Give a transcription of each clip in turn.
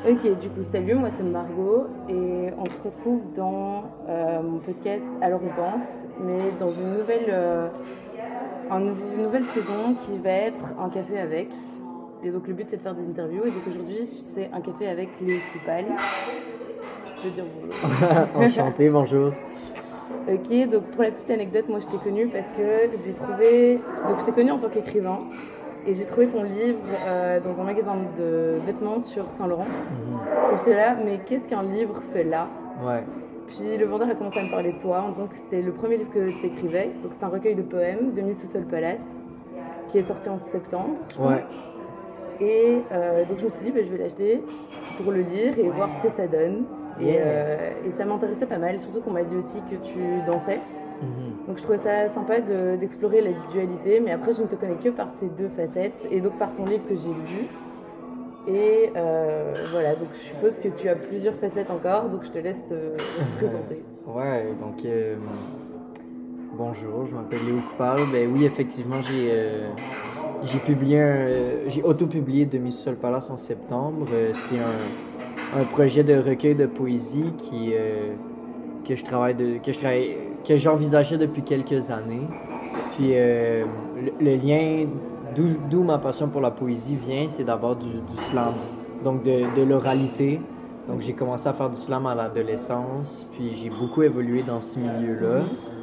Ok, du coup, salut, moi c'est Margot et on se retrouve dans mon podcast Alors on pense, mais dans une nouvelle saison qui va être un café avec. Et donc le but c'est de faire des interviews et donc aujourd'hui c'est un café avec les Coupales. Je peux dire bonjour. Enchanté, bonjour. Ok, donc pour la petite anecdote, moi je t'ai connue parce que je t'ai connue en tant qu'écrivain. Et j'ai trouvé ton livre dans un magasin de vêtements sur Saint-Laurent. Et j'étais là, mais qu'est-ce qu'un livre fait là? Ouais. Puis le vendeur a commencé à me parler de toi en disant que c'était le premier livre que tu écrivais. Donc c'est un recueil de poèmes de Miss Sous Palace qui est sorti en septembre, je pense. Ouais. Et donc je me suis dit, je vais l'acheter pour le lire et voir ce que ça donne. Et ça m'intéressait pas mal, surtout qu'on m'a dit aussi que tu dansais. Donc je trouvais ça sympa d'explorer la dualité, mais après je ne te connais que par ces deux facettes et donc par ton livre que j'ai lu. Et voilà, donc je suppose que tu as plusieurs facettes encore, donc je te laisse te présenter. Ouais, donc bonjour, je m'appelle Léo Coupal. Ben oui, effectivement, j'ai auto-publié Demi Sol Palace en septembre. C'est un projet de recueil de poésie que j'envisageais depuis quelques années. Puis le lien d'où ma passion pour la poésie vient, c'est d'abord du slam, donc de l'oralité. Donc j'ai commencé à faire du slam à l'adolescence, puis j'ai beaucoup évolué dans ce milieu-là.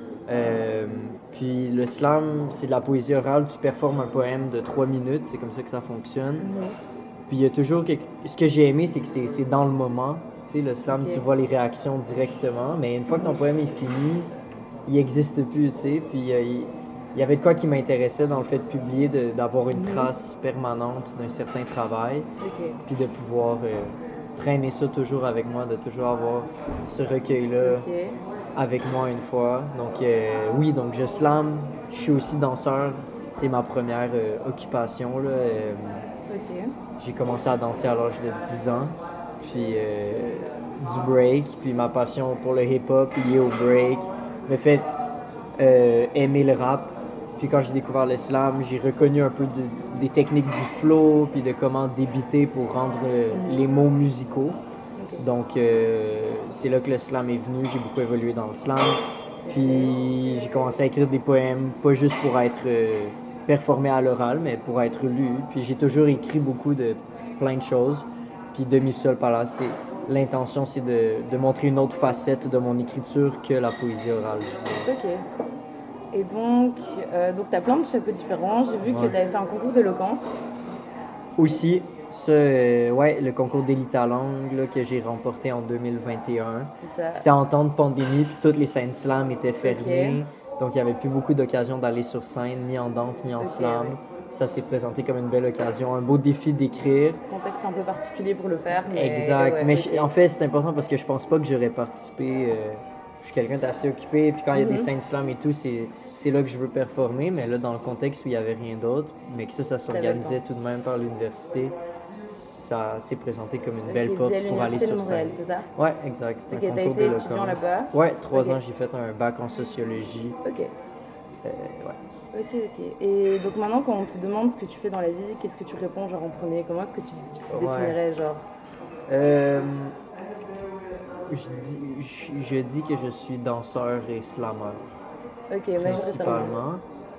Puis le slam, c'est de la poésie orale, tu performes un poème de 3 minutes, c'est comme ça que ça fonctionne. Puis il y a toujours ce que j'ai aimé, c'est que c'est dans le moment. Tu sais, le slam, tu vois les réactions directement, mais une fois que ton poème est fini, il n'existe plus, tu sais. Puis il y avait de quoi qui m'intéressait dans le fait de publier, d'avoir une trace permanente d'un certain travail, puis de pouvoir traîner ça toujours avec moi, de toujours avoir ce recueil-là avec moi une fois. Donc oui, donc je slam, je suis aussi danseur, c'est ma première occupation, là. J'ai commencé à danser à l'âge de 10 ans, puis du break, puis ma passion pour le hip-hop liée au break me fait aimer le rap. Puis quand j'ai découvert le slam, j'ai reconnu un peu des techniques du flow, puis de comment débiter pour rendre les mots musicaux. Donc c'est là que le slam est venu, j'ai beaucoup évolué dans le slam. Puis j'ai commencé à écrire des poèmes, pas juste pour être performé à l'oral, mais pour être lu. Puis j'ai toujours écrit beaucoup de plein de choses. Puis Demi Sol Palace, l'intention c'est de montrer une autre facette de mon écriture que la poésie orale. Ok. Et donc tu as plein de chapeaux différents. J'ai vu que tu avais fait un concours d'éloquence. Aussi, ça, le concours d'élite à langue là, que j'ai remporté en 2021. C'est ça. C'était en temps de pandémie, puis toutes les scènes slam étaient fermées. Donc il n'y avait plus beaucoup d'occasions d'aller sur scène, ni en danse, ni en slam. Ouais. Ça s'est présenté comme une belle occasion, un beau défi d'écrire. Contexte un peu particulier pour le faire. Exact. En fait, c'est important parce que je pense pas que j'aurais participé. Je suis quelqu'un d'assez occupé, puis quand il y a des scènes slam et tout, c'est là que je veux performer, mais là, dans le contexte où il n'y avait rien d'autre, mais que ça s'organisait tout de même par l'université, ça s'est présenté comme une belle porte pour aller sur Montréal, scène. c'est ça? Ouais, exact. Ok, t'as été étudiant là-bas? Ouais, 3 ans, j'ai fait un bac en sociologie. Ok. Ouais. Ok. Et donc maintenant, quand on te demande ce que tu fais dans la vie, qu'est-ce que tu réponds genre en premier? Comment est-ce que tu définirais genre? Je dis que je suis danseur et slammer. Ok, principalement.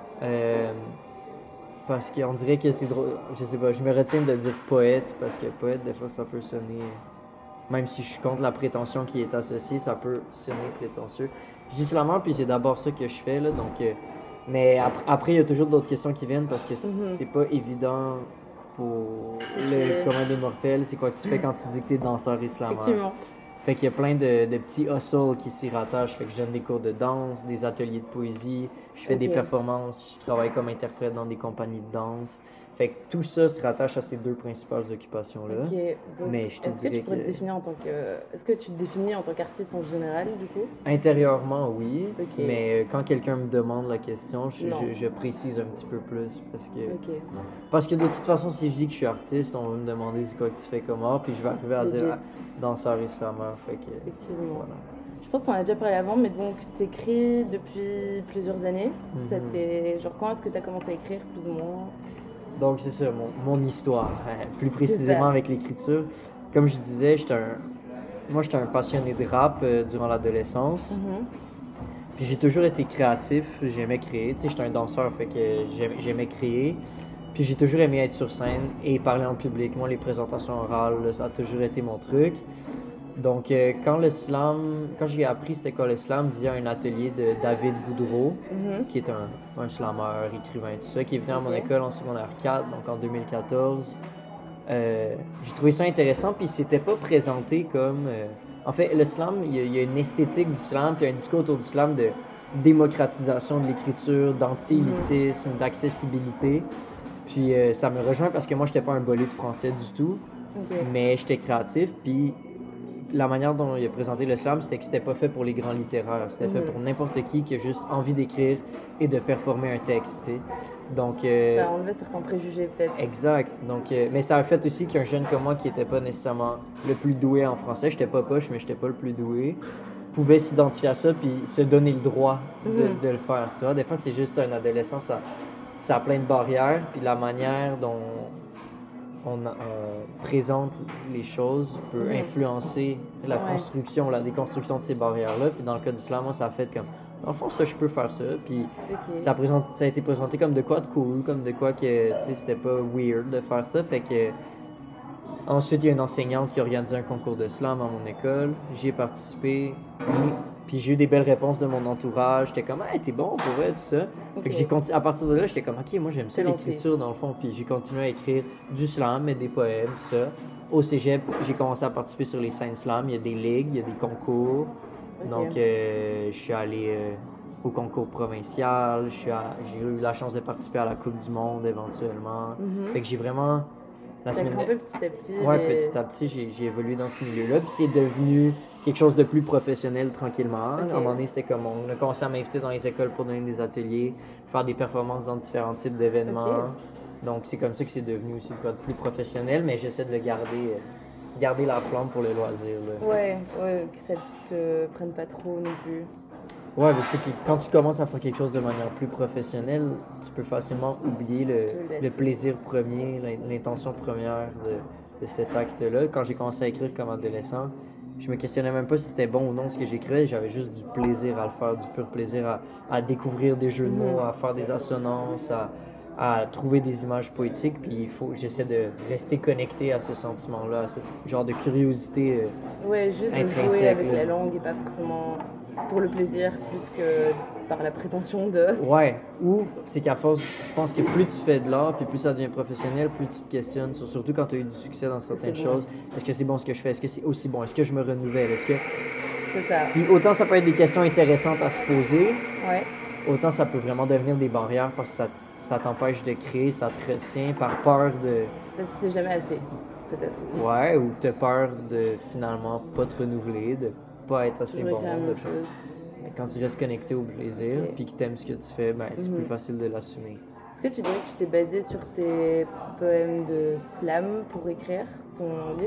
Parce qu'on dirait que c'est drôle. Je sais pas, je me retiens de dire poète, parce que poète, des fois, ça peut sonner. Même si je suis contre la prétention qui est associée, ça peut sonner prétentieux. Je dis slammer, puis c'est d'abord ça que je fais, là. Donc, mais après, il y a toujours d'autres questions qui viennent parce que c'est pas évident pour le commun des mortels. C'est quoi que tu fais quand tu dis que t'es danseur et slammer? Effectivement. Fait qu'il y a plein de petits hustles qui s'y rattachent. Fait que je donne des cours de danse, des ateliers de poésie, je fais des performances, je travaille comme interprète dans des compagnies de danse. Fait que tout ça se rattache à ces deux principales occupations-là. Ok, donc mais je te est-ce que tu pourrais te définir en tant que... Est-ce que tu te définis en tant qu'artiste en général, du coup? Intérieurement, oui. Mais quand quelqu'un me demande la question, je précise un petit peu plus. Parce que de toute façon, si je dis que je suis artiste, on va me demander c'est quoi que tu fais comme art, puis je vais arriver à dire danseur et slammer. Effectivement. Voilà. Je pense qu'on en a déjà parlé avant, mais donc tu écris depuis plusieurs années. Genre, quand est-ce que tu as commencé à écrire, plus ou moins? Donc c'est ça, mon histoire, plus précisément avec l'écriture. comme je disais, moi j'étais un passionné de rap durant l'adolescence. Puis j'ai toujours été créatif, j'aimais créer. Tu sais, j'étais un danseur, fait que j'aimais créer. Puis j'ai toujours aimé être sur scène et parler en public. Moi, les présentations orales, là, ça a toujours été mon truc. Donc, quand j'ai appris c'était quoi le slam via un atelier de David Boudreau, qui est un slameur, écrivain, tout ça, qui est venu à mon école en secondaire 4, donc en 2014. J'ai trouvé ça intéressant, puis il s'était pas présenté comme... En fait, le slam, il y a une esthétique du slam, puis il y a un discours autour du slam de démocratisation de l'écriture, d'anti-élitisme, d'accessibilité. Puis ça me rejoint parce que moi, j'étais pas un bolide français du tout, mais j'étais créatif, puis la manière dont il a présenté le slam, c'était que c'était pas fait pour les grands littéraires, c'était fait pour n'importe qui a juste envie d'écrire et de performer un texte, tu sais. Donc, ça enlevait certains préjugés peut-être. Exact. Donc, mais ça a fait aussi qu'un jeune comme moi qui n'était pas nécessairement le plus doué en français, j'étais pas poche, mais j'étais pas le plus doué, pouvait s'identifier à ça puis se donner le droit de le faire. Tu vois, des fois, c'est juste un adolescent, ça a plein de barrières, puis la manière dont on présente les choses peut influencer la construction, la déconstruction de ces barrières-là. Puis dans le cas du slam, moi, ça a fait comme... Dans le fond, ça, je peux faire ça. Puis ça a été présenté comme de quoi de cool, comme de quoi que, tu sais, c'était pas weird de faire ça. Fait que... Ensuite, il y a une enseignante qui a organisé un concours de slam à mon école. J'y ai participé. Puis j'ai eu des belles réponses de mon entourage. J'étais comme, hey, t'es bon pour vrai, tout ça. Fait que à partir de là, j'étais comme, ok, moi j'aime ça l'écriture dans le fond. Puis j'ai continué à écrire du slam, mais des poèmes, tout ça. Au cégep, j'ai commencé à participer sur les scènes slam. Il y a des ligues, il y a des concours. Donc je suis allé au concours provincial. J'ai eu la chance de participer à la Coupe du Monde éventuellement. Fait que j'ai vraiment... T'as grimpé petit à petit. Ouais, petit à petit, j'ai évolué dans ce milieu-là. Puis c'est devenu quelque chose de plus professionnel tranquillement. À un moment donné, c'était comme on a commencé à m'inviter dans les écoles pour donner des ateliers, faire des performances dans différents types d'événements. Donc c'est comme ça que c'est devenu aussi de plus professionnel, mais j'essaie de garder la flamme pour le loisir. Là. Ouais, que ça te prenne pas trop non plus. Ouais, mais c'est que quand tu commences à faire quelque chose de manière plus professionnelle, tu peux facilement oublier le plaisir premier, l'intention première de cet acte-là. Quand j'ai commencé à écrire comme adolescent, je me questionnais même pas si c'était bon ou non ce que j'écrivais. J'avais juste du plaisir à le faire, du pur plaisir à découvrir des jeux de mots, à faire des assonances, à trouver des images poétiques. Puis j'essaie de rester connecté à ce sentiment-là, à ce genre de curiosité juste de jouer avec la langue et pas forcément pour le plaisir plus que par la prétention de... Ouais, ou c'est qu'à force, je pense que plus tu fais de l'art, puis plus ça devient professionnel, plus tu te questionnes, surtout quand tu as eu du succès dans certaines choses. Est-ce que c'est bon ce que je fais? Est-ce que c'est aussi bon? Est-ce que je me renouvelle? C'est ça. Puis autant ça peut être des questions intéressantes à se poser, autant ça peut vraiment devenir des barrières parce que ça t'empêche de créer, ça te retient par peur de... Parce que c'est jamais assez, peut-être aussi. Ouais, ou t'as peur de finalement pas te renouveler, de pas être assez bon. Quand tu restes connecté au plaisir puis que tu aimes ce que tu fais, ben, c'est plus facile de l'assumer. Est-ce que tu dirais que tu t'es basé sur tes poèmes de slam pour écrire ton livre?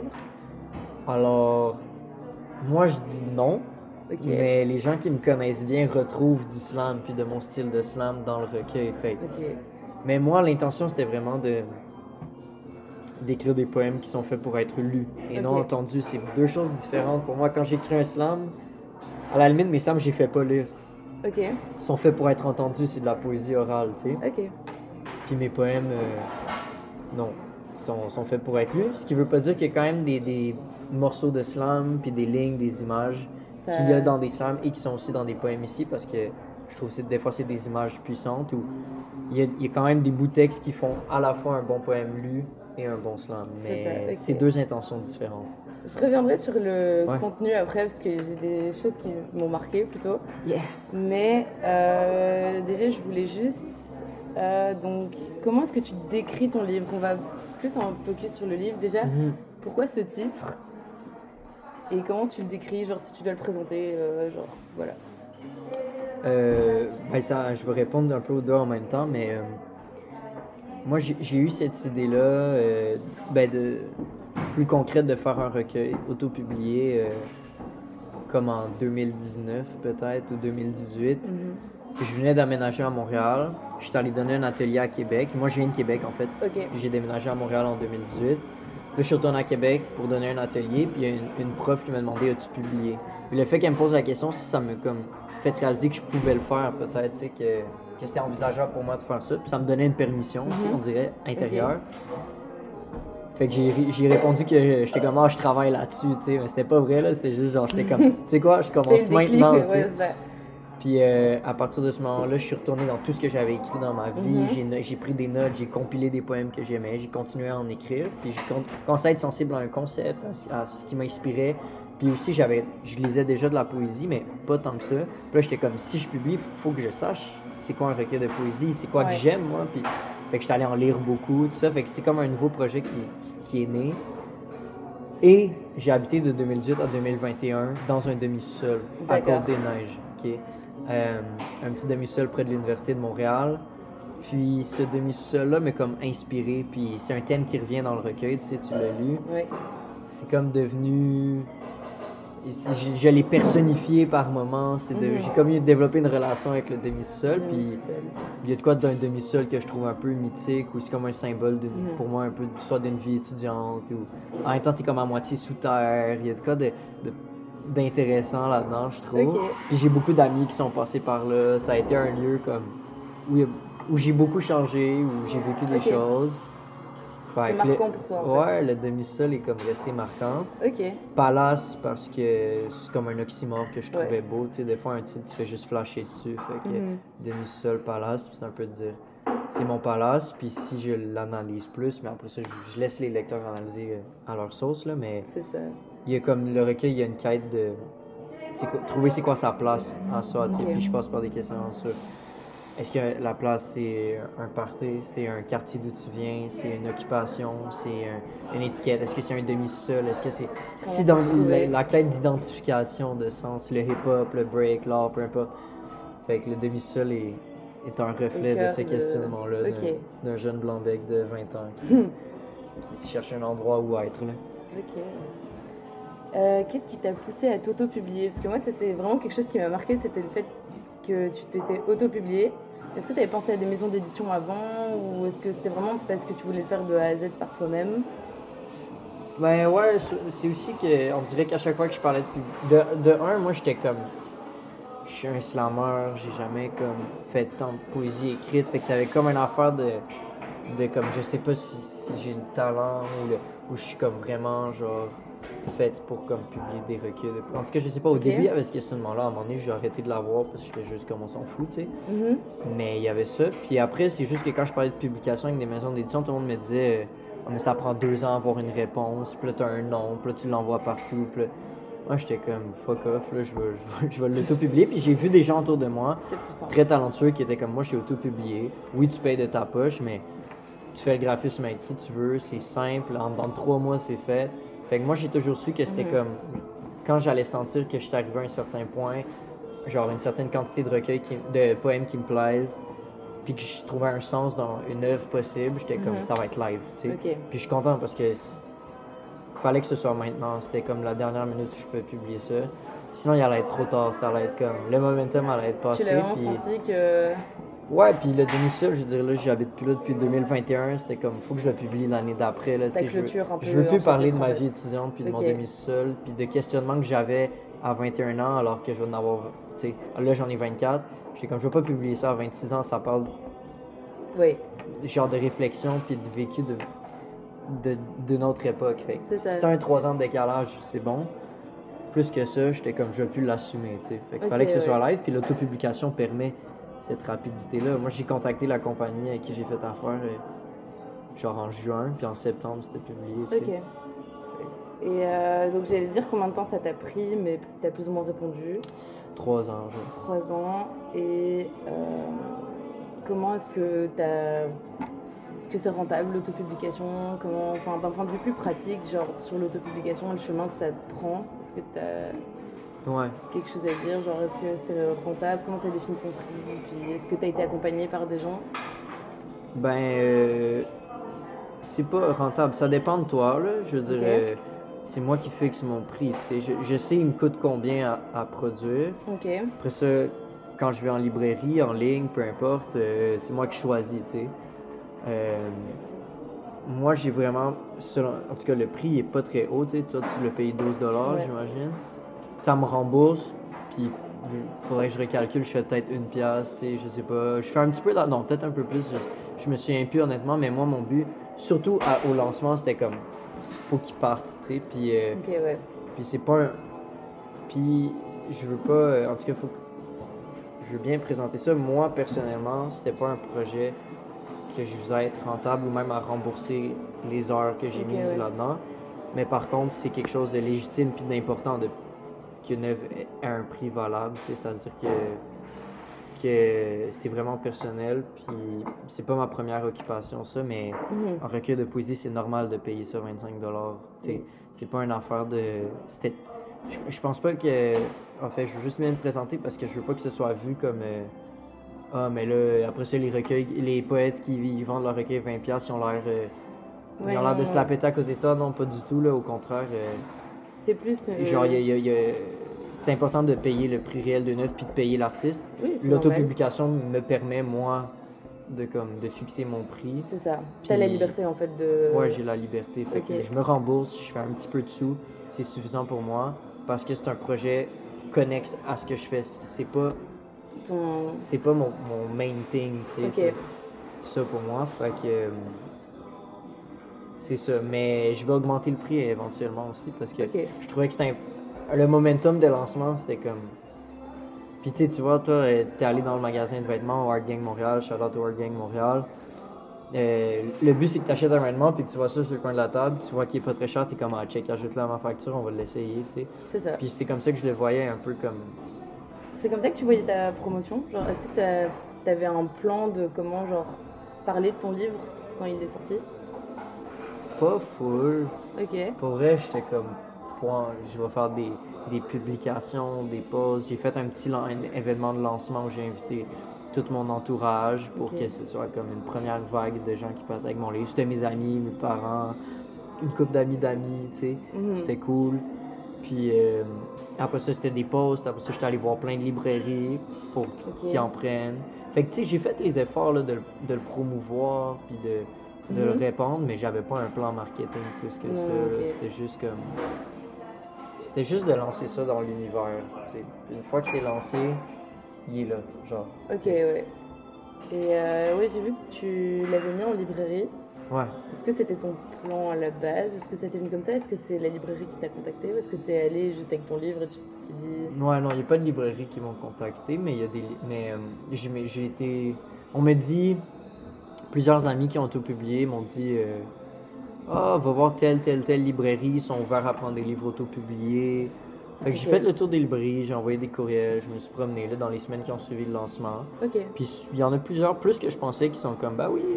Alors, moi je dis non, mais les gens qui me connaissent bien retrouvent du slam puis de mon style de slam dans le recueil. Mais moi, l'intention c'était vraiment d'écrire des poèmes qui sont faits pour être lus et non entendus. C'est deux choses différentes. Pour moi, quand j'écris un slam, à la limite, mes slams, je les fais pas lire. Ils sont faits pour être entendus, c'est de la poésie orale, tu sais. Puis mes poèmes, non, sont faits pour être lus. Ce qui veut pas dire qu'il y a quand même des morceaux de slam, puis des lignes, des images qu'il y a dans des slams et qui sont aussi dans des poèmes ici, parce que je trouve que des fois, c'est des images puissantes où il y a quand même des bouts de texte qui font à la fois un bon poème lu et un bon slam. Mais c'est deux intentions différentes. Je reviendrai sur le contenu après parce que j'ai des choses qui m'ont marqué plutôt. Mais déjà, je voulais juste... donc, comment est-ce que tu décris ton livre? On va plus en focus sur le livre déjà. Pourquoi ce titre? Et comment tu le décris? Genre, si tu dois le présenter, voilà. Ça, je vais répondre un peu aux deux en même temps, mais moi, j'ai eu cette idée-là plus concrète de faire un recueil auto-publié comme en 2019 peut-être ou 2018. Je venais d'aménager à Montréal. J'étais allé donner un atelier à Québec. Moi, je viens de Québec en fait. J'ai déménagé à Montréal en 2018. je suis retourné à Québec pour donner un atelier, puis il y a une prof qui m'a demandé as-tu publié. Puis le fait qu'elle me pose la question, ça m'a comme fait réaliser que je pouvais le faire, peut-être, tu sais, que c'était envisageable pour moi de faire ça. Puis ça me donnait une permission aussi, on dirait, intérieure. Fait que j'ai répondu que j'étais comme, je travaille là-dessus, tu sais, mais c'était pas vrai, là, c'était juste genre, j'étais comme, tu sais quoi, je commence maintenant, tu sais. Puis à partir de ce moment-là, je suis retourné dans tout ce que j'avais écrit dans ma vie. J'ai pris des notes, j'ai compilé des poèmes que j'aimais, j'ai continué à en écrire. Puis j'ai commencé à être sensible à un concept, à ce qui m'inspirait. Puis aussi, je lisais déjà de la poésie, mais pas tant que ça. Puis là, j'étais comme, si je publie, il faut que je sache c'est quoi un recueil de poésie, c'est quoi que j'aime, moi. Puis fait que j'étais allé en lire beaucoup, tout ça. Fait que c'est comme un nouveau projet qui est né. Et j'ai habité de 2018 à 2021 dans un demi-sol à Côte-des-Neiges. Okay? Un petit demi-sol près de l'Université de Montréal. Puis ce demi-sol-là m'a comme inspiré. Puis c'est un thème qui revient dans le recueil, tu sais, tu l'as lu. Oui. C'est comme devenu... Je l'ai personnifié par moments. J'ai comme développé une relation avec le demi-sol. Puis il y a de quoi d'un demi-sol que je trouve un peu mythique, ou c'est comme un symbole pour moi un peu soit d'une vie étudiante, ou en même temps t'es comme à moitié sous terre. Il y a de quoi d'intéressant là-dedans, je trouve. Puis j'ai beaucoup d'amis qui sont passés par là. Ça a été un lieu comme où j'ai beaucoup changé, où j'ai vécu des choses. C'est marquant pour toi, en fait. Ouais, le demi-sol est comme resté marquant. Ok. Palace, parce que c'est comme un oxymore que je trouvais beau. Tu sais, des fois, un titre, tu fais juste flasher dessus. Fait que demi-sol, palace, c'est un peu de dire c'est mon palace. Puis si je l'analyse plus, mais après ça, je laisse les lecteurs analyser à leur sauce, là. Mais c'est ça. Il y a comme le recueil, il y a une quête de trouver c'est quoi sa place en soi. Tu sais, puis je passe par des questions sur est-ce que la place, c'est un party, c'est un quartier d'où tu viens, c'est une occupation, c'est une étiquette, est-ce que c'est un demi-sol, est-ce que c'est dans la quête d'identification de sens, le hip-hop, le break, l'art, peu importe. Fait que le demi-sol est un reflet de ce questionnement-là d'un jeune blanc-bec de 20 ans qui cherche un endroit où être. Là. Ok. Qu'est-ce qui t'a poussé à t'auto-publier? Parce que moi, ça, c'est vraiment quelque chose qui m'a marqué, c'était le fait que tu t'étais auto-publié. Est-ce que tu avais pensé à des maisons d'édition avant, ou est-ce que c'était vraiment parce que tu voulais le faire de A à Z par toi-même? Ben ouais, c'est aussi qu'on dirait qu'à chaque fois que je parlais de un, moi j'étais comme, je suis un slammer, j'ai jamais comme fait tant de poésie écrite, fait que t'avais comme une affaire de comme, je sais pas si j'ai le talent ou je suis comme vraiment genre faite pour comme publier des recueils. En tout cas, je sais pas, au début, il y avait ce questionnement-là. À un moment donné, j'ai arrêté de l'avoir parce que j'étais juste comme on s'en fout, tu sais. Mais il y avait ça. Puis après, c'est juste que quand je parlais de publication avec des maisons d'édition, tout le monde me disait mais ça prend 2 ans à avoir une réponse. Puis là, t'as un nom. Puis là, tu l'envoies partout. Puis là, moi, j'étais comme fuck off, là, je vais l'auto-publier. Puis j'ai vu des gens autour de moi très talentueux qui étaient comme moi, je suis auto-publié. Oui, tu payes de ta poche, mais tu fais le graphisme avec qui tu veux. C'est simple. Dans 3 mois, c'est fait. Fait que moi, j'ai toujours su que c'était comme, quand j'allais sentir que j'étais arrivé à un certain point, genre une certaine quantité de recueils, de poèmes qui me plaisent, puis que je trouvais un sens dans une œuvre possible, j'étais comme, ça va être live, tu sais. Puis je suis content parce que fallait que ce soit maintenant. C'était comme la dernière minute où je peux publier ça. Sinon, il allait être trop tard. Ça allait être comme, le momentum allait être passé. Tu l'as vraiment senti que... Ouais, puis le demi-sol, je veux dire, là, j'habite plus là depuis 2021. C'était comme, faut que je le publie l'année d'après. Là, je veux plus parler de ma vie étudiante, puis de mon demi-sol, puis de questionnements que j'avais à 21 ans, alors que je vais en avoir, tu sais, là, j'en ai 24. J'étais comme, je veux pas publier ça à 26 ans, ça parle genre de réflexion, puis de vécu de notre époque. Fait si t'as un 3 ans de décalage, c'est bon. Plus que ça, j'étais comme, je veux plus l'assumer, tu sais. Fait qu'il fallait que ce soit live, puis l'autopublication permet cette rapidité-là. Moi, j'ai contacté la compagnie avec qui j'ai fait affaire genre en juin, puis en septembre, c'était publié. Et donc, j'allais dire combien de temps ça t'a pris, mais t'as plus ou moins répondu. 3 ans, genre. 3 ans. Et comment est-ce que c'est rentable l'autopublication? Comment, enfin, d'un point de vue plus pratique, genre sur l'autopublication, le chemin que ça te prend, est-ce que t'as quelque chose à dire? Genre, est-ce que c'est rentable? Comment t'as défini ton prix? Puis, est-ce que t'as été accompagné par des gens? Ben, c'est pas rentable. Ça dépend de toi, là. Je veux dire, c'est moi qui fixe mon prix, tu sais. Je sais il me coûte combien à produire. Après ça, quand je vais en librairie, en ligne, peu importe, c'est moi qui choisis, tu sais. moi, j'ai vraiment, en tout cas, le prix est pas très haut, tu sais, toi, tu l'as payé 12$, j'imagine. Ça me rembourse, puis il faudrait que je recalcule, je fais peut-être 1$, tu sais, je sais pas. Je fais un petit peu, non, peut-être un peu plus, je me souviens plus honnêtement, mais moi, mon but, surtout au lancement, c'était comme, faut qu'il parte, tu sais, puis c'est pas un... Puis, je veux pas, en tout cas, je veux bien présenter ça. Moi, personnellement, c'était pas un projet que je visais à être rentable ou même à rembourser les heures que j'ai mises là-dedans. Mais par contre, c'est quelque chose de légitime puis d'important qu'une œuvre ait un prix valable. C'est-à-dire que c'est vraiment personnel. Puis c'est pas ma première occupation, ça, mais en recueil de poésie, c'est normal de payer ça 25$. C'est pas une affaire de... Je pense pas que... En fait, je veux juste bien me présenter parce que je veux pas que ce soit vu comme... Ah, mais là, après ça, les poètes qui vendent leur recueil 20$, ils ont l'air de se la péter à côté de toi. Non, pas du tout, là, au contraire. C'est plus... Genre, c'est important de payer le prix réel d'une œuvre puis de payer l'artiste. Oui, l'autopublication me permet, moi, de fixer mon prix. C'est ça. Tu as la liberté, en fait, de... Ouais, j'ai la liberté. Fait que je me rembourse, je fais un petit peu de sous. C'est suffisant pour moi parce que c'est un projet connexe à ce que je fais. C'est pas mon main thing, tu sais. Ça pour moi, fait que c'est ça. Mais je vais augmenter le prix éventuellement aussi parce que je trouvais que c'était le momentum de lancement, c'était comme... Puis tu sais, tu vois, toi, t'es allé dans le magasin de vêtements au Art Gang Montréal, shout out au Art Gang Montréal. Le but, c'est que tu achètes un vêtement, puis que tu vois ça sur le coin de la table, tu vois qu'il est pas très cher, t'es comme, check, ajoute-le à ma facture, on va l'essayer, tu sais. C'est ça. Puis c'est comme ça que je le voyais un peu comme... C'est comme ça que tu voyais ta promotion? Genre, est-ce que t'avais un plan de comment, genre, parler de ton livre quand il est sorti? Pas full. Ok. Pour vrai, j'étais comme, je vais faire des publications, des posts. J'ai fait un petit événement de lancement où j'ai invité tout mon entourage pour que ce soit comme une première vague de gens qui partent avec mon livre. C'était mes amis, mes parents, une couple d'amis, tu sais. C'était cool. Puis après ça, c'était des posts. Après ça, j'étais allé voir plein de librairies pour qu'ils en prennent. Fait que tu sais, j'ai fait les efforts là, de le promouvoir puis de le répandre, mais j'avais pas un plan marketing plus que ça. C'était juste comme... C'était juste de lancer ça dans l'univers, tu sais. Une fois que c'est lancé, il est là, genre. Ok, ouais. Et j'ai vu que tu l'avais mis en librairie. Ouais. Est-ce que c'était ton plan à la base? Est-ce que c'était venu comme ça? Est-ce que c'est la librairie qui t'a contacté? Ou est-ce que t'es allé juste avec ton livre et tu t'es dit... Ouais, non, il n'y a pas de librairie qui m'ont contacté, mais il y a des... Mais j'ai été... On m'a dit... Plusieurs amis qui ont tout publié m'ont dit... va voir telle librairie, ils sont ouverts à prendre des livres auto-publiés. Fait que j'ai fait le tour des librairies, j'ai envoyé des courriels, je me suis promené là, dans les semaines qui ont suivi le lancement. Puis il y en a plusieurs, plus que je pensais, qui sont comme, bah oui,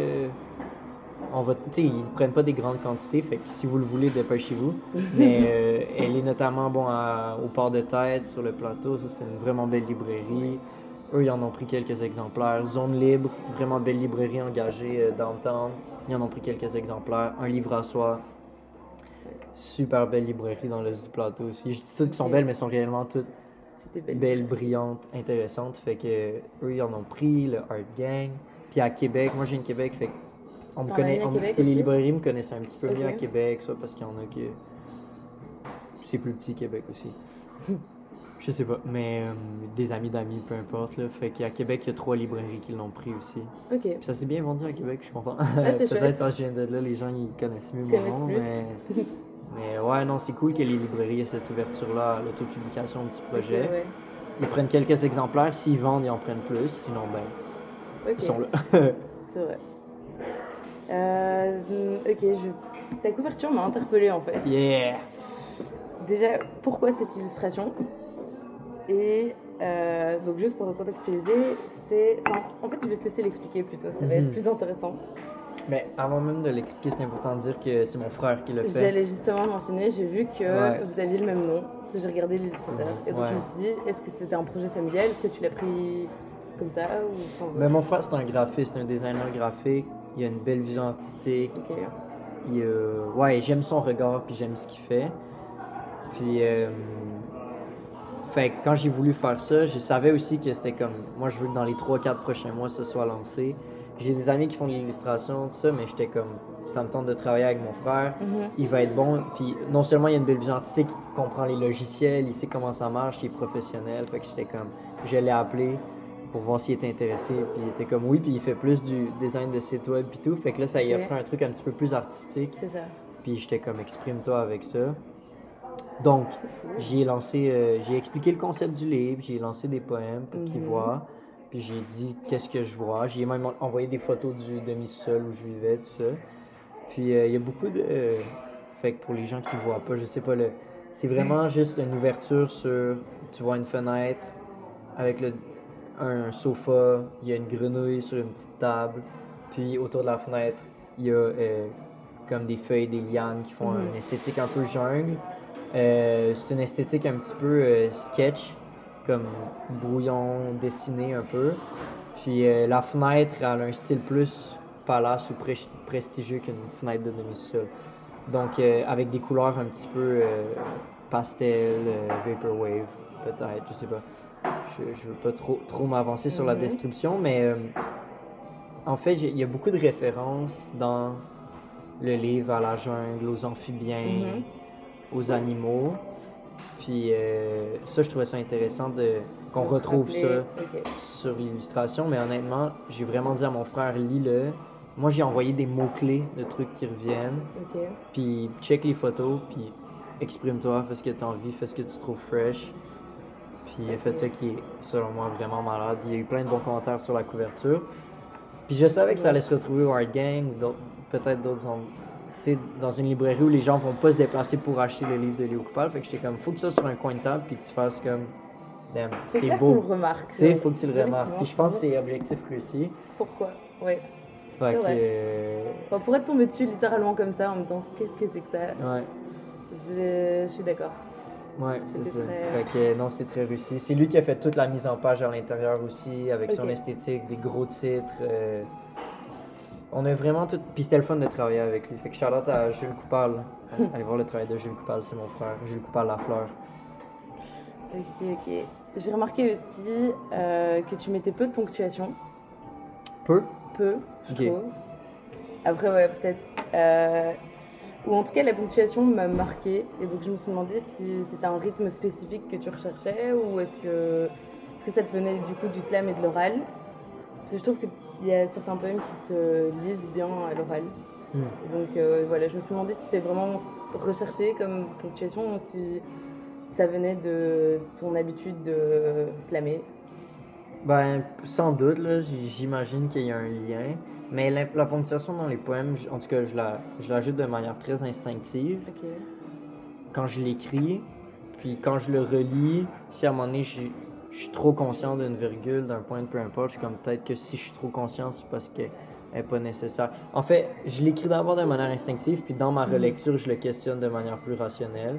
on va, tu sais, ils prennent pas des grandes quantités, fait que si vous le voulez, dépêchez-vous. Mais elle est notamment, au Port de Tête, sur le plateau, ça c'est une vraiment belle librairie. Eux, ils en ont pris quelques exemplaires. Zone Libre, vraiment belle librairie engagée downtown. Ils en ont pris quelques exemplaires. Un livre à soi. Super belle librairie dans l'Est du plateau aussi. Je dis toutes qui sont belles, mais sont réellement toutes belles, brillantes, intéressantes. Fait que eux, ils en ont pris, le Art Gang. Puis à Québec, moi j'ai une Québec, fait on me connaît, les librairies me connaissent un petit peu mieux à Québec, soit parce qu'il y en a qui... C'est plus petit Québec aussi. Je sais pas, mais des amis d'amis, peu importe. Là. Fait qu'à Québec, il y a 3 librairies qui l'ont pris aussi. Puis ça s'est bien vendu à Québec, je suis content. Peut-être quand je viens de là, les gens ils connaissent mieux mon nom. Mais ouais, non, c'est cool que les librairies aient cette ouverture-là à l'autopublication de petits projets. Ils prennent quelques exemplaires, s'ils vendent, ils en prennent plus. Sinon, ils sont là. C'est vrai. Ta couverture m'a interpellée en fait. Yeah! Déjà, pourquoi cette illustration? Et donc juste pour recontextualiser, en fait je vais te laisser l'expliquer plutôt, ça va être plus intéressant. Mais avant même de l'expliquer, c'est important de dire que c'est mon frère qui l'a fait. J'allais justement mentionner, j'ai vu que vous aviez le même nom, j'ai regardé l'illustrateur, et donc je me suis dit, est-ce que c'était un projet familial, est-ce que tu l'as pris comme ça ou... Mais mon frère c'est un graphiste, un designer graphique, il a une belle vision artistique, j'aime son regard puis j'aime ce qu'il fait. Puis fait que quand j'ai voulu faire ça, je savais aussi que c'était comme, moi je veux que dans les 3-4 prochains mois ça soit lancé. J'ai des amis qui font de l'illustration, tout ça, mais j'étais comme, ça me tente de travailler avec mon frère, il va être bon. Puis non seulement il a une belle vision artistique, il comprend les logiciels, il sait comment ça marche, il est professionnel. Fait que j'étais comme, je l'ai appelé pour voir s'il était intéressé. Puis il était comme oui, puis il fait plus du design de site web puis tout. Fait que là, ça y a fait un truc un petit peu plus artistique. C'est ça. Puis j'étais comme, exprime-toi avec ça. Donc, j'ai expliqué le concept du livre, j'ai lancé des poèmes pour qu'il voit. Puis j'ai dit qu'est-ce que je vois. J'ai même envoyé des photos du demi-sol où je vivais, tout ça. Puis il y a beaucoup de... fait que pour les gens qui ne voient pas, je sais pas, c'est vraiment juste une ouverture sur... Tu vois une fenêtre avec un sofa, il y a une grenouille sur une petite table. Puis autour de la fenêtre, il y a comme des feuilles, des lianes qui font une esthétique un peu jungle. C'est une esthétique un petit peu sketch, comme brouillon dessiné un peu. Puis la fenêtre, elle a un style plus palace ou prestigieux qu'une fenêtre de demi-sol. Donc avec des couleurs un petit peu pastel, vaporwave, peut-être, je sais pas. Je veux pas trop m'avancer sur la description, mais en fait, il y a beaucoup de références dans le livre à la jungle, aux amphibiens, aux animaux. Puis ça, je trouvais ça intéressant qu'on retrouve ça sur l'illustration. Mais honnêtement, j'ai vraiment dit à mon frère, lis-le. Moi, j'ai envoyé des mots-clés de trucs qui reviennent. Puis check les photos, puis exprime-toi, fais ce que tu as envie, fais ce que tu trouves fresh. Puis il a fait ça qui est, selon moi, vraiment malade. Il y a eu plein de bons commentaires sur la couverture. Puis je savais que ça allait se retrouver au Art Gang, peut-être d'autres dans une librairie où les gens vont pas se déplacer pour acheter le livre de Léo Coupal. Fait que j'étais comme, faut que ça sur un coin de table puis que tu fasses comme, c'est clair beau. Qu'on le remarque. Tu sais, faut que tu le remarques. Puis je pense que c'est objectif réussi. Pourquoi? Ouais. Fait c'est que... vrai. On pourrait tomber dessus littéralement comme ça en me disant, qu'est-ce que c'est que ça? Ouais. Je suis d'accord. Ouais, c'est ça. Fait que non, c'est très réussi. C'est lui qui a fait toute la mise en page à l'intérieur aussi, avec son esthétique, des gros titres. On a vraiment tout. Puis c'était le fun de travailler avec lui. Fait que shout-out à Jules Coupal. Allez voir le travail de Jules Coupal, c'est mon frère. Jules Coupal Lafleur. Ok. J'ai remarqué aussi que tu mettais peu de ponctuation. Peu, je trouve. Après, ouais, peut-être. Ou en tout cas, la ponctuation m'a marqué. Et donc, je me suis demandé si c'était un rythme spécifique que tu recherchais ou est-ce que ça te venait du coup du slam et de l'oral. Parce que je trouve qu'il y a certains poèmes qui se lisent bien à l'oral. Donc, voilà, je me suis demandé si c'était vraiment recherché comme ponctuation ou si ça venait de ton habitude de slammer. Ben, sans doute, là, j'imagine qu'il y a un lien. Mais la ponctuation dans les poèmes, en tout cas, je l'ajoute de manière très instinctive. Quand je l'écris, puis quand je le relis, si à un moment donné, je suis trop conscient d'une virgule, d'un point, peu importe, je suis comme peut-être que si je suis trop conscient, c'est parce qu'elle n'est pas nécessaire. En fait, je l'écris d'abord de manière instinctive, puis dans ma relecture, je le questionne de manière plus rationnelle.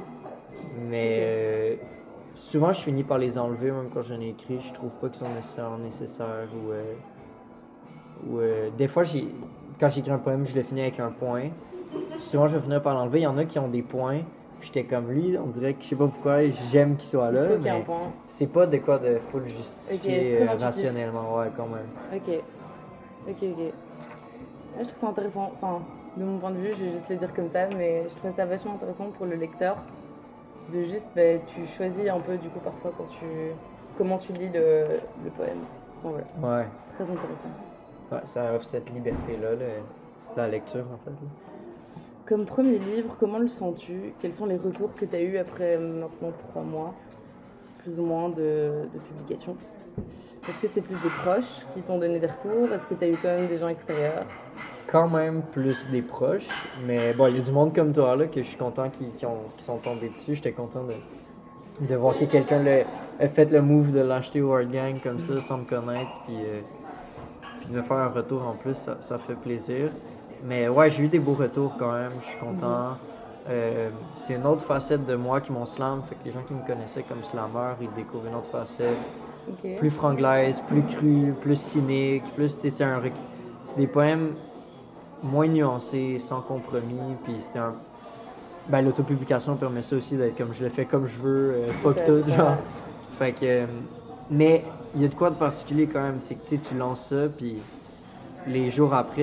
Mais souvent, je finis par les enlever, même quand j'en ai écrit. Je trouve pas qu'ils sont nécessaires ou des fois, quand j'écris un poème, je le finis avec un point. Souvent, je vais finir par l'enlever. Il y en a qui ont des points. J'étais comme lui, on dirait que je sais pas pourquoi j'aime qu'il soit là. Mais c'est pas de quoi de full justifier rationnellement, ouais, quand même. Ok. Je trouve ça intéressant. Enfin, de mon point de vue, je vais juste le dire comme ça, mais je trouve ça vachement intéressant pour le lecteur. De juste, tu choisis un peu du coup parfois comment tu lis le poème. Bon, voilà. Ouais. Très intéressant. Ouais, ça offre cette liberté-là, la lecture en fait. Comme premier livre, comment le sens-tu? Quels sont les retours que tu as eus après maintenant 3 mois, plus ou moins, de publication? Est-ce que c'est plus des proches qui t'ont donné des retours? Est-ce que tu as eu quand même des gens extérieurs? Quand même plus des proches, mais bon, il y a du monde comme toi là que je suis content qui sont tombés dessus. J'étais content de voir que quelqu'un a fait le move de l'acheter au Art Gang comme ça sans me connaître, puis de me faire un retour en plus, ça fait plaisir. Mais ouais, j'ai eu des beaux retours quand même, je suis content. C'est une autre facette de moi qui m'ont slam, fait que les gens qui me connaissaient comme slammer, ils découvrent une autre facette. Plus franglaise, plus crue, plus cynique, c'est des poèmes moins nuancés, sans compromis, puis c'était l'autopublication permet ça aussi d'être comme je le fais comme je veux, fuck tout, genre. Fait que, mais il y a de quoi de particulier quand même, c'est que tu lances ça, puis les jours après,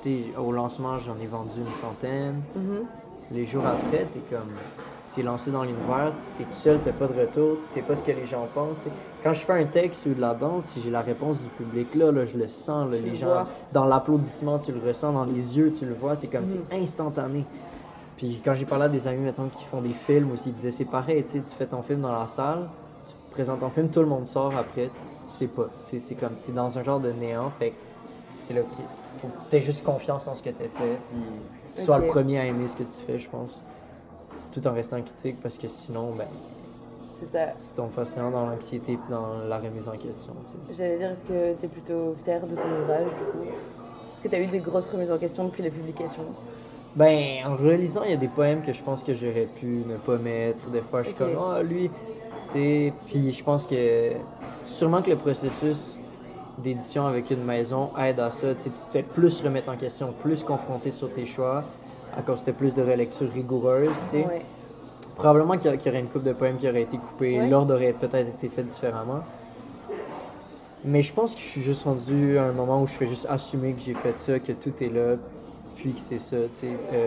au lancement, j'en ai vendu une centaine. Les jours après, t'es comme... C'est lancé dans l'univers, t'es tout seul, t'as pas de retour, tu sais pas ce que les gens pensent. Quand je fais un texte ou de la danse, si j'ai la réponse du public là, je le sens, là, les gens, dans l'applaudissement, tu le ressens, dans les yeux, tu le vois, c'est comme c'est instantané. Puis quand j'ai parlé à des amis, mettons, qui font des films aussi, ils disaient c'est pareil, tu fais ton film dans la salle, tu présentes ton film, tout le monde sort après, tu sais pas, c'est comme, t'es dans un genre de néant, fait que c'est là qu'il faut que t'aies juste confiance en ce que t'as fait, puis sois le premier à aimer ce que tu fais, je pense. Tout en restant critique, parce que sinon, ben, c'est ça. Tu tombes facilement dans l'anxiété et dans la remise en question. J'allais dire, est-ce que tu es plutôt fier de ton ouvrage, du coup? Est-ce que tu as eu des grosses remises en question depuis la publication? Ben, en relisant, il y a des poèmes que je pense que j'aurais pu ne pas mettre. Des fois, je suis comme, lui, tu sais. Puis je pense que, sûrement que le processus d'édition avec une maison aide à ça. Tu te fais plus remettre en question, plus confronter sur tes choix, à cause de plus de relecture rigoureuse, tu sais. Ouais. Probablement qu'il y aurait une couple de poèmes qui auraient été coupés, l'ordre aurait peut-être été fait différemment. Mais je pense que je suis juste rendu à un moment où je fais juste assumer que j'ai fait ça, que tout est là, puis que c'est ça, tu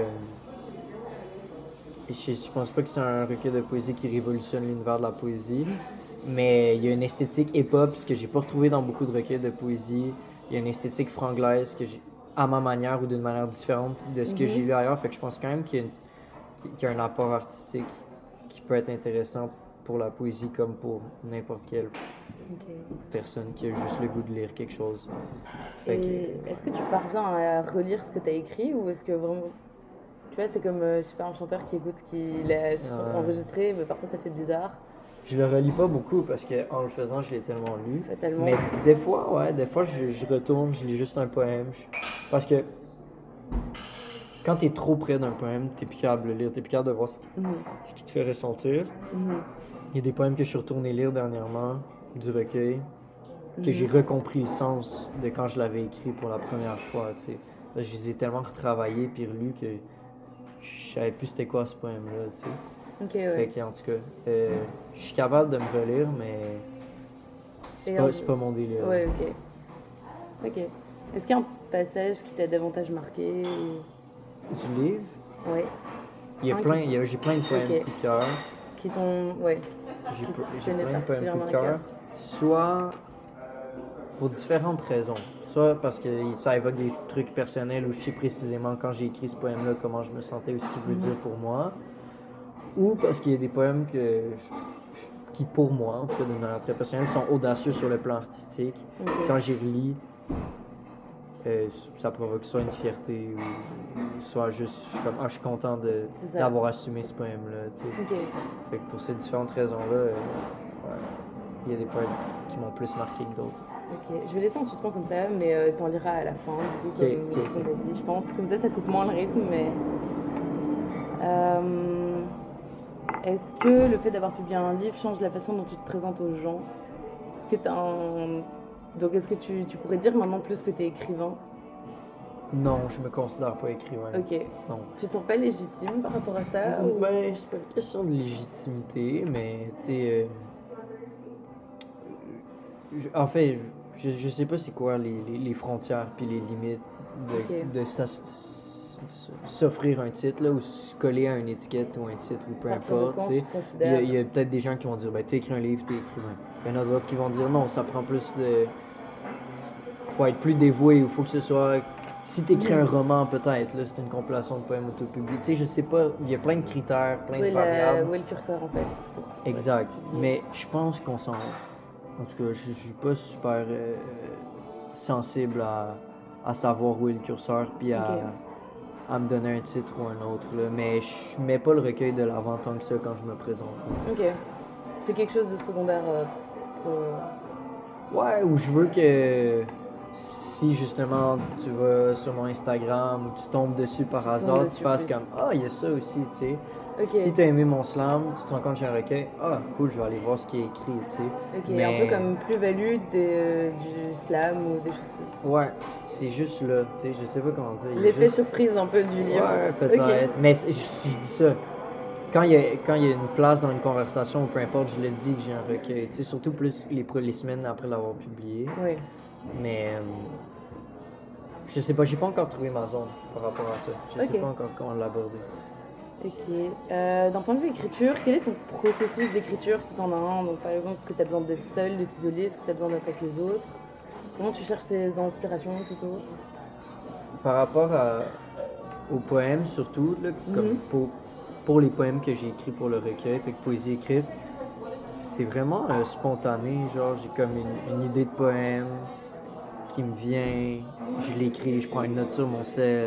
sais. Je pense pas que c'est un recueil de poésie qui révolutionne l'univers de la poésie, mais il y a une esthétique hip-hop, ce que j'ai pas retrouvé dans beaucoup de recueils de poésie. Il y a une esthétique franglaise que j'ai, à ma manière ou d'une manière différente de ce que j'ai lu ailleurs, fait que je pense quand même qu'il y a un apport artistique qui peut être intéressant pour la poésie comme pour n'importe quelle personne qui a juste le goût de lire quelque chose. Est-ce que tu parviens à relire ce que tu as écrit ou est-ce que vraiment... Tu vois, c'est comme, je sais pas, un chanteur qui écoute ce qu'il a enregistré, mais parfois ça fait bizarre. Je le relis pas beaucoup parce qu'en le faisant, je l'ai tellement lu. Fatalement. Mais des fois, je retourne, je lis juste un poème. Parce que quand t'es trop près d'un poème, t'es plus capable de le lire, t'es plus capable de voir ce qui te fait ressentir. Il y a des poèmes que je suis retourné lire dernièrement, du recueil, que j'ai recompris le sens de quand je l'avais écrit pour la première fois, tu sais. Je les ai tellement retravaillés puis relus que je savais plus c'était quoi ce poème-là, tu sais. Fait que, en tout cas, je suis capable de me relire, mais c'est pas mon délire. Ouais, ok. Est-ce qu'il y a un passage qui t'a davantage marqué Du livre? Ouais. J'ai plein de poèmes coup de cœur. Qui t'ont... Ouais. J'ai plein de poèmes coup de cœur. Soit pour différentes raisons. Soit parce que ça évoque des trucs personnels où je sais précisément quand j'ai écrit ce poème-là, comment je me sentais ou ce qu'il veut dire pour moi. Ou parce qu'il y a des poèmes qui, pour moi, en tout cas d'une manière très personnelle, sont audacieux sur le plan artistique. Quand j'y relis, ça provoque soit une fierté ou soit juste, je suis content d'avoir assumé ce poème-là. Fait que pour ces différentes raisons-là, il y a des poèmes qui m'ont plus marqué que d'autres. Ok, je vais laisser en suspens comme ça, mais t'en liras à la fin, du coup, comme ce qu'on a dit. Je pense comme ça coupe moins le rythme, mais... Est-ce que le fait d'avoir publié un livre change la façon dont tu te présentes aux gens? Donc est-ce que tu pourrais dire maintenant plus que tu es écrivain? Non, je me considère pas écrivain. Ok. Non. Tu te sens pas légitime par rapport à ça? Ben, c'est pas une question de légitimité, mais tu sais... en fait, je sais pas c'est quoi les frontières puis les limites de s'offrir un titre là, ou se coller à une étiquette ou un titre ou peu importe. Il y a peut-être des gens qui vont dire ben tu écris un livre, tu es écrivain. Il y en a d'autres qui vont dire non, ça prend plus de... faut être plus dévoué, il faut que ce soit... Si tu écris un roman, peut-être, là, c'est une compilation de poèmes autopubliés. Tu sais, je sais pas, il y a plein de critères, plein de variables. Où est le curseur, en fait? Exact. Mais je pense qu'on s'en... En tout cas, je suis pas super sensible à savoir où est le curseur, puis à me donner un titre ou un autre. Là. Mais je mets pas le recueil de l'avant tant que ça quand je me présente. Ok. C'est quelque chose de secondaire Ouais, où je veux que si justement tu vas sur mon Instagram ou tu tombes dessus par hasard, tu fasses comme « Ah, il y a ça aussi, tu sais. » Si tu as aimé mon slam, tu te rends compte que j'ai un recueil, ah cool, je vais aller voir ce qui est écrit, tu sais. Ok, mais... un peu comme plus-value du slam ou des choses. Ouais, c'est juste là, tu sais, je sais pas comment dire. L'effet surprise un peu du livre. Ouais, peut-être. Mais je dis ça. Quand il y a une place dans une conversation, ou peu importe, je le dis que j'ai un recueil, tu sais, surtout plus les semaines après l'avoir publié. Oui. Mais Je sais pas, j'ai pas encore trouvé ma zone par rapport à ça. Je sais pas encore comment l'aborder. Ok. D'un point de vue écriture, quel est ton processus d'écriture si t'en as un? Donc par exemple, est-ce que tu as besoin d'être seul, de t'isoler? Est-ce que tu as besoin d'être avec les autres? Comment tu cherches tes inspirations plutôt? Par rapport aux poèmes surtout, là, comme pour les poèmes que j'ai écrits pour le recueil, fait que poésie écrite, c'est vraiment spontané. Genre, j'ai comme une idée de poème qui me vient, je l'écris, je prends une note sur mon sel.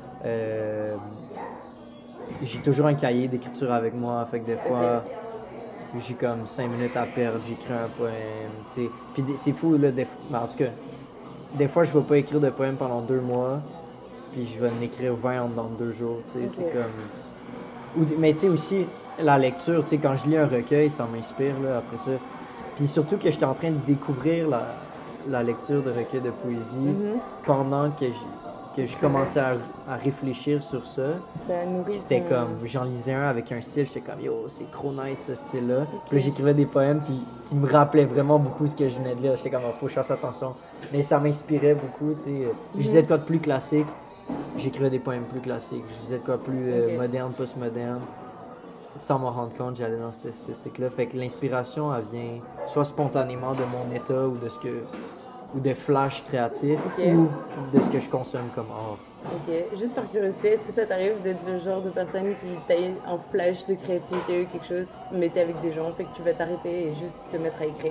J'ai toujours un cahier d'écriture avec moi, fait que des fois, j'ai comme 5 minutes à perdre, j'écris un poème, tu sais. Puis c'est fou, là, en tout cas, des fois, je vais pas écrire de poème pendant 2 mois, puis je vais en écrire 20 dans 2 jours, tu sais. C'est comme... Mais tu sais aussi, la lecture, tu sais, quand je lis un recueil, ça m'inspire, là, après ça. Puis surtout que j'étais en train de découvrir la lecture de recueils de poésie pendant que je commençais à réfléchir sur ça. Ça nourrit. C'était comme, j'en lisais un avec un style, j'étais comme, yo, c'est trop nice ce style-là. Puis j'écrivais des poèmes qui me rappelaient vraiment beaucoup ce que je venais de lire. J'étais comme, faut que je fasse attention. Mais ça m'inspirait beaucoup, tu sais. Je lisais de quoi de plus classique, j'écrivais des poèmes plus classiques. Je lisais de quoi plus moderne, post-moderne. Sans m'en rendre compte, j'allais dans cette esthétique-là. Fait que l'inspiration, elle vient soit spontanément de mon état ou de flash créatifs ou de ce que je consomme comme art. Ok, juste par curiosité, est-ce que ça t'arrive d'être le genre de personne qui taille un flash de créativité ou quelque chose, mais t'es avec des gens, fait que tu vas t'arrêter et juste te mettre à écrire?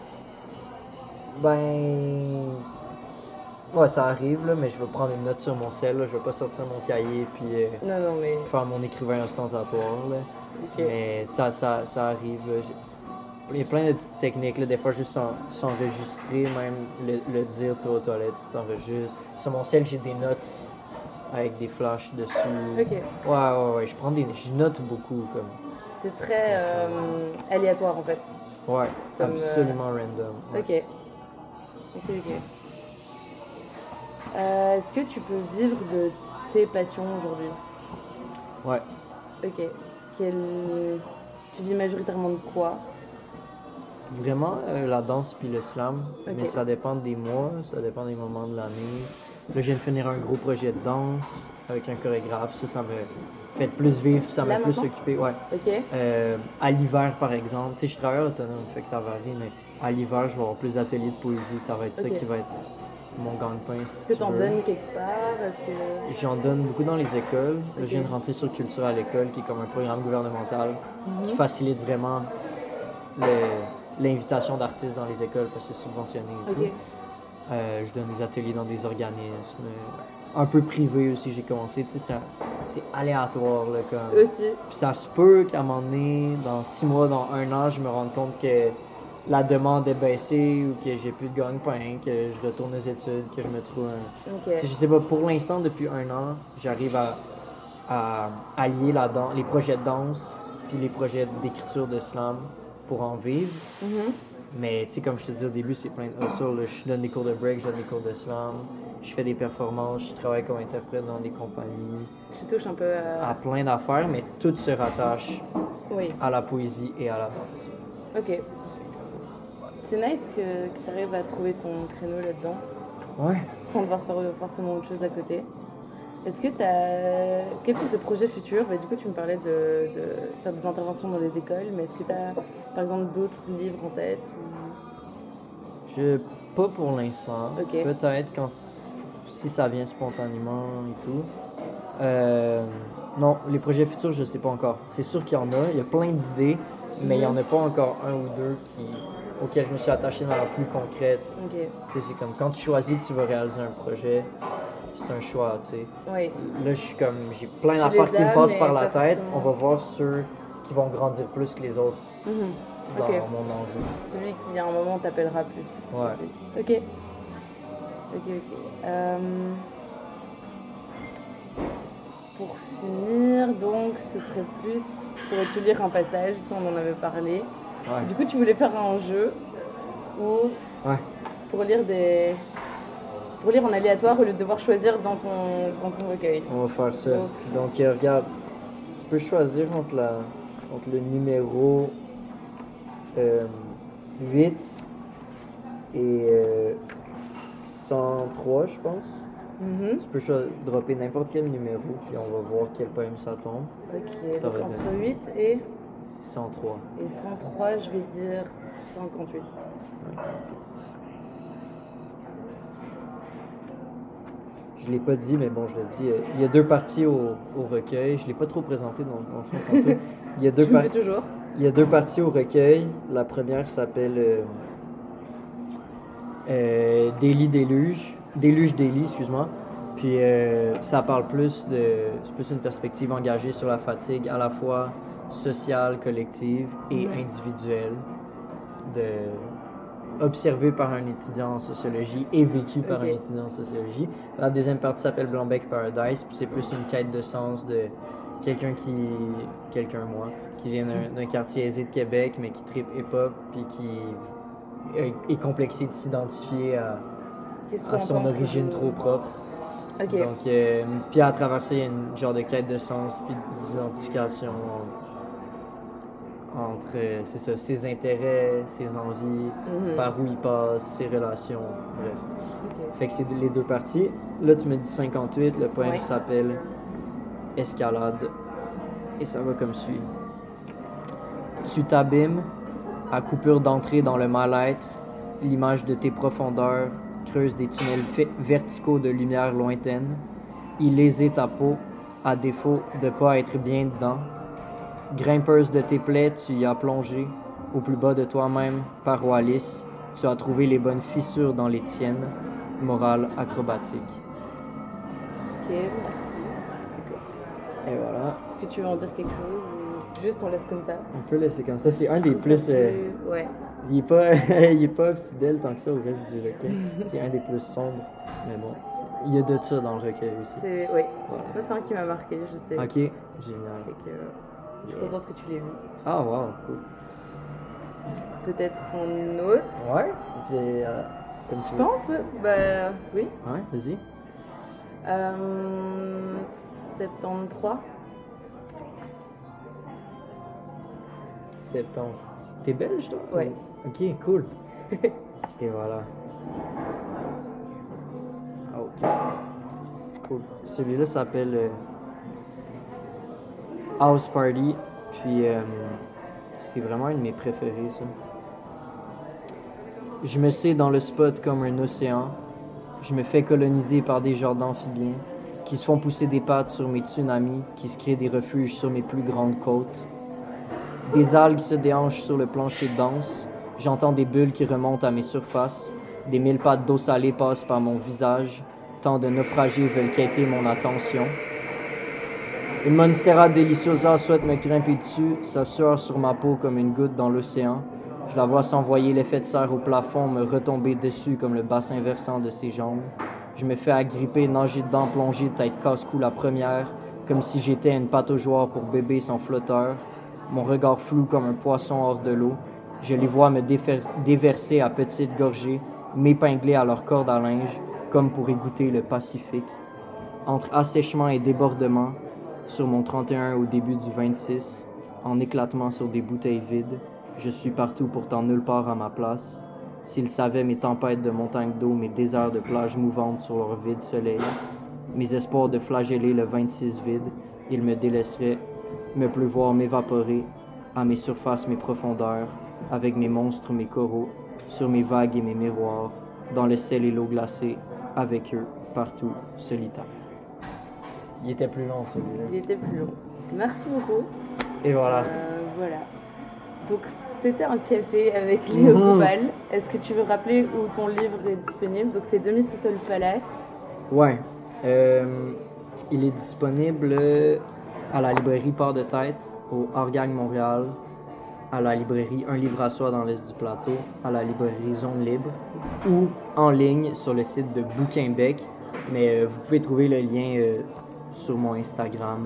Ben... Ouais, ça arrive, là, mais je vais prendre une note sur mon sel, là. Je vais pas sortir mon cahier puis faire mon écrivain ostentatoire, là. Mais ça arrive, là. Il y a plein de petites techniques, là. Des fois, juste s'enregistrer, même le dire, tu vas aux toilettes, tu t'enregistres. Sur mon sel, j'ai des notes avec des flashs dessus. Ouais, je note beaucoup, comme. C'est très aléatoire, en fait. Ouais, comme, absolument random. Ouais. Ok. Est-ce que tu peux vivre de tes passions aujourd'hui? Ouais. Ok. Tu vis majoritairement de quoi? Vraiment la danse puis le slam, mais ça dépend des mois, ça dépend des moments de l'année. Là, je viens de finir un gros projet de danse avec un chorégraphe, ça me fait plus vivre, ça m'a plus occupé. Ouais. À l'hiver, par exemple, tu sais, je travaille autonome, fait que ça varie, mais à l'hiver, je vais avoir plus d'ateliers de poésie, ça va être ça qui va être mon gagne-pain. Est-ce que tu en donnes quelque part? J'en donne beaucoup dans les écoles. Là, je viens de rentrer sur Culture à l'école, qui est comme un programme gouvernemental qui facilite vraiment l'invitation d'artistes dans les écoles parce que c'est subventionné et tout. Je donne des ateliers dans des organismes un peu privés aussi, j'ai commencé. Tu sais, c'est aléatoire, là, comme. Aussi. Puis ça se peut qu'à un moment donné, dans 6 mois, dans 1 an, je me rende compte que la demande est baissée ou que j'ai plus de gagne-pain, que je retourne aux études, que je me trouve un... Je sais pas, pour l'instant, depuis 1 an, j'arrive à allier les projets de danse puis les projets d'écriture de slam pour en vivre. Mais tu sais, comme je te dis au début, c'est plein de hustle. Je donne des cours de break, je donne des cours de slam, je fais des performances, je travaille comme interprète dans des compagnies. Tu touches un peu à plein d'affaires, mais tout se rattache à la poésie et à la danse. Ok. C'est nice que tu arrives à trouver ton créneau là-dedans. Ouais. Sans devoir faire forcément autre chose à côté. Est-ce que quels sont tes projets futurs? Du coup, tu me parlais de faire des interventions dans les écoles, mais est-ce que tu as, par exemple, d'autres livres en tête Pas pour l'instant. Peut-être si ça vient spontanément et tout. Non, les projets futurs, je sais pas encore. C'est sûr qu'il y en a. Il y a plein d'idées, mais il y en a pas encore un ou deux auxquels je me suis attaché dans la plus concrète. Tu sais, c'est comme quand tu choisis que tu vas réaliser un projet, c'est un choix, tu sais. Là, j'ai plein d'affaires qui me passent par la tête. Forcément. On va voir ceux qui vont grandir plus que les autres dans mon envie. Celui qui, à un moment, t'appellera plus. Ouais. Ok. Pour finir, donc, ce serait plus... Pourrais-tu lire un passage? Ça, on en avait parlé. Ouais. Du coup, tu voulais faire un jeu où... Pour lire en aléatoire au lieu de devoir choisir dans ton recueil. On va faire ça. Donc regarde, tu peux choisir entre le numéro 8 et 103, je pense. Tu peux dropper n'importe quel numéro, puis on va voir quel poème ça tombe. Ok, ça donc entre 8 et 103. Et 103, je vais dire 58. Je ne l'ai pas dit, mais bon, je le dis. Il y a 2 parties au recueil. Je ne l'ai pas trop présenté dans le fond tantôt. Il y a 2 toujours. Il y a 2 parties au recueil. La première s'appelle Déluge, excuse-moi. Puis ça parle c'est plus une perspective engagée sur la fatigue, à la fois sociale, collective et individuelle, observée par un étudiant en sociologie et vécue par un étudiant en sociologie. La deuxième partie s'appelle Blanc-Bec Paradise, puis c'est plus une quête de sens de moi, qui vient d'un quartier aisé de Québec, mais qui tripe hip-hop, puis qui est complexé de s'identifier à son origine trop propre. Donc, puis à travers ça, il y a une genre de quête de sens, puis d'identification entre ses intérêts, ses envies, par où il passe, ses relations, bref. Fait que c'est les 2 parties. Là, tu me dis 58, le poème s'appelle Escalade, et ça va comme suit. Tu t'abîmes, à coupure d'entrée dans le mal-être, l'image de tes profondeurs creuse des tunnels verticaux de lumière lointaine. Il lésait ta peau, à défaut de pas être bien dedans. Grimpeuse de tes plaies, tu y as plongé, au plus bas de toi-même, paroi lisse, tu as trouvé les bonnes fissures dans les tiennes, morale acrobatique. Ok, merci. C'est cool. Et voilà. Est-ce que tu veux en dire quelque chose ou juste on laisse comme ça? On peut laisser comme ça. C'est un des plus. Ouais. Il est pas fidèle tant que ça au reste du recueil. C'est un des plus sombres, mais bon, il y a de ça dans le recueil aussi. Oui. Voilà. Moi, c'est un qui m'a marqué, je sais. Ok, génial. Je suis contente que tu l'aies lu. Ah, wow, cool. Peut-être en autre? Ouais, comme tu veux. Je pense, ouais. Bah, oui. Ouais, vas-y. 73. 70. T'es belge, toi? Ouais. Ok, cool. Et voilà. Ok. Cool. Celui-là s'appelle House Party. Puis c'est vraiment un de mes préférés, ça. Je me sais dans le spot comme un océan. Je me fais coloniser par des genres d'amphibiens qui se font pousser des pattes sur mes tsunamis, qui se créent des refuges sur mes plus grandes côtes. Des algues se déhanchent sur le plancher de danse. J'entends des bulles qui remontent à mes surfaces. Des 1000 pattes d'eau salée passent par mon visage. Tant de naufragés veulent quêter mon attention. Une monstera deliciosa souhaite me grimper dessus, sa sueur sur ma peau comme une goutte dans l'océan. Je la vois s'envoyer l'effet de serre au plafond, me retomber dessus comme le bassin versant de ses jambes. Je me fais agripper, nager dedans, plonger, tête casse-cou la première, comme si j'étais une pataugeoire pour bébé sans flotteur. Mon regard flou comme un poisson hors de l'eau. Je les vois me déverser à petites gorgées, m'épingler à leur corde à linge, comme pour égoutter le Pacifique. Entre assèchement et débordement, sur mon 31 au début du 26, en éclatement sur des bouteilles vides, je suis partout pourtant nulle part à ma place. S'ils savaient mes tempêtes de montagnes d'eau, mes déserts de plages mouvantes sur leur vide soleil, mes espoirs de flageller le 26 vide, ils me délaisseraient, me pleuvoir m'évaporer, à mes surfaces, mes profondeurs, avec mes monstres, mes coraux, sur mes vagues et mes miroirs, dans le sel et l'eau glacée, avec eux, partout, solitaire. Il était plus long, celui-là. Il était plus long. Merci beaucoup. Et voilà. Voilà. Donc, c'était un café avec Léo Coupal. Est-ce que tu veux rappeler où ton livre est disponible? Donc, c'est Demi sous-sol Palace. Ouais. Il est disponible à la librairie Port de Tête, au Orgagne Montréal, à la librairie Un Livre à Soi dans l'Est du Plateau, à la librairie Zone Libre, ou en ligne sur le site de Bouquinbec. Mais vous pouvez trouver le lien sur mon Instagram,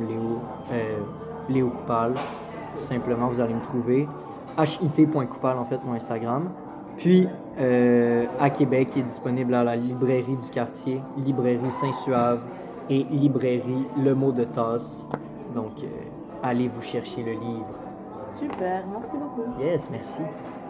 Léo Coupal. Simplement, vous allez me trouver. hit.coupal, en fait, mon Instagram. Puis, à Québec, il est disponible à la librairie du quartier, librairie Saint-Suave et librairie Le Mot de Tasse. Donc, allez vous chercher le livre. Super, merci beaucoup. Yes, merci.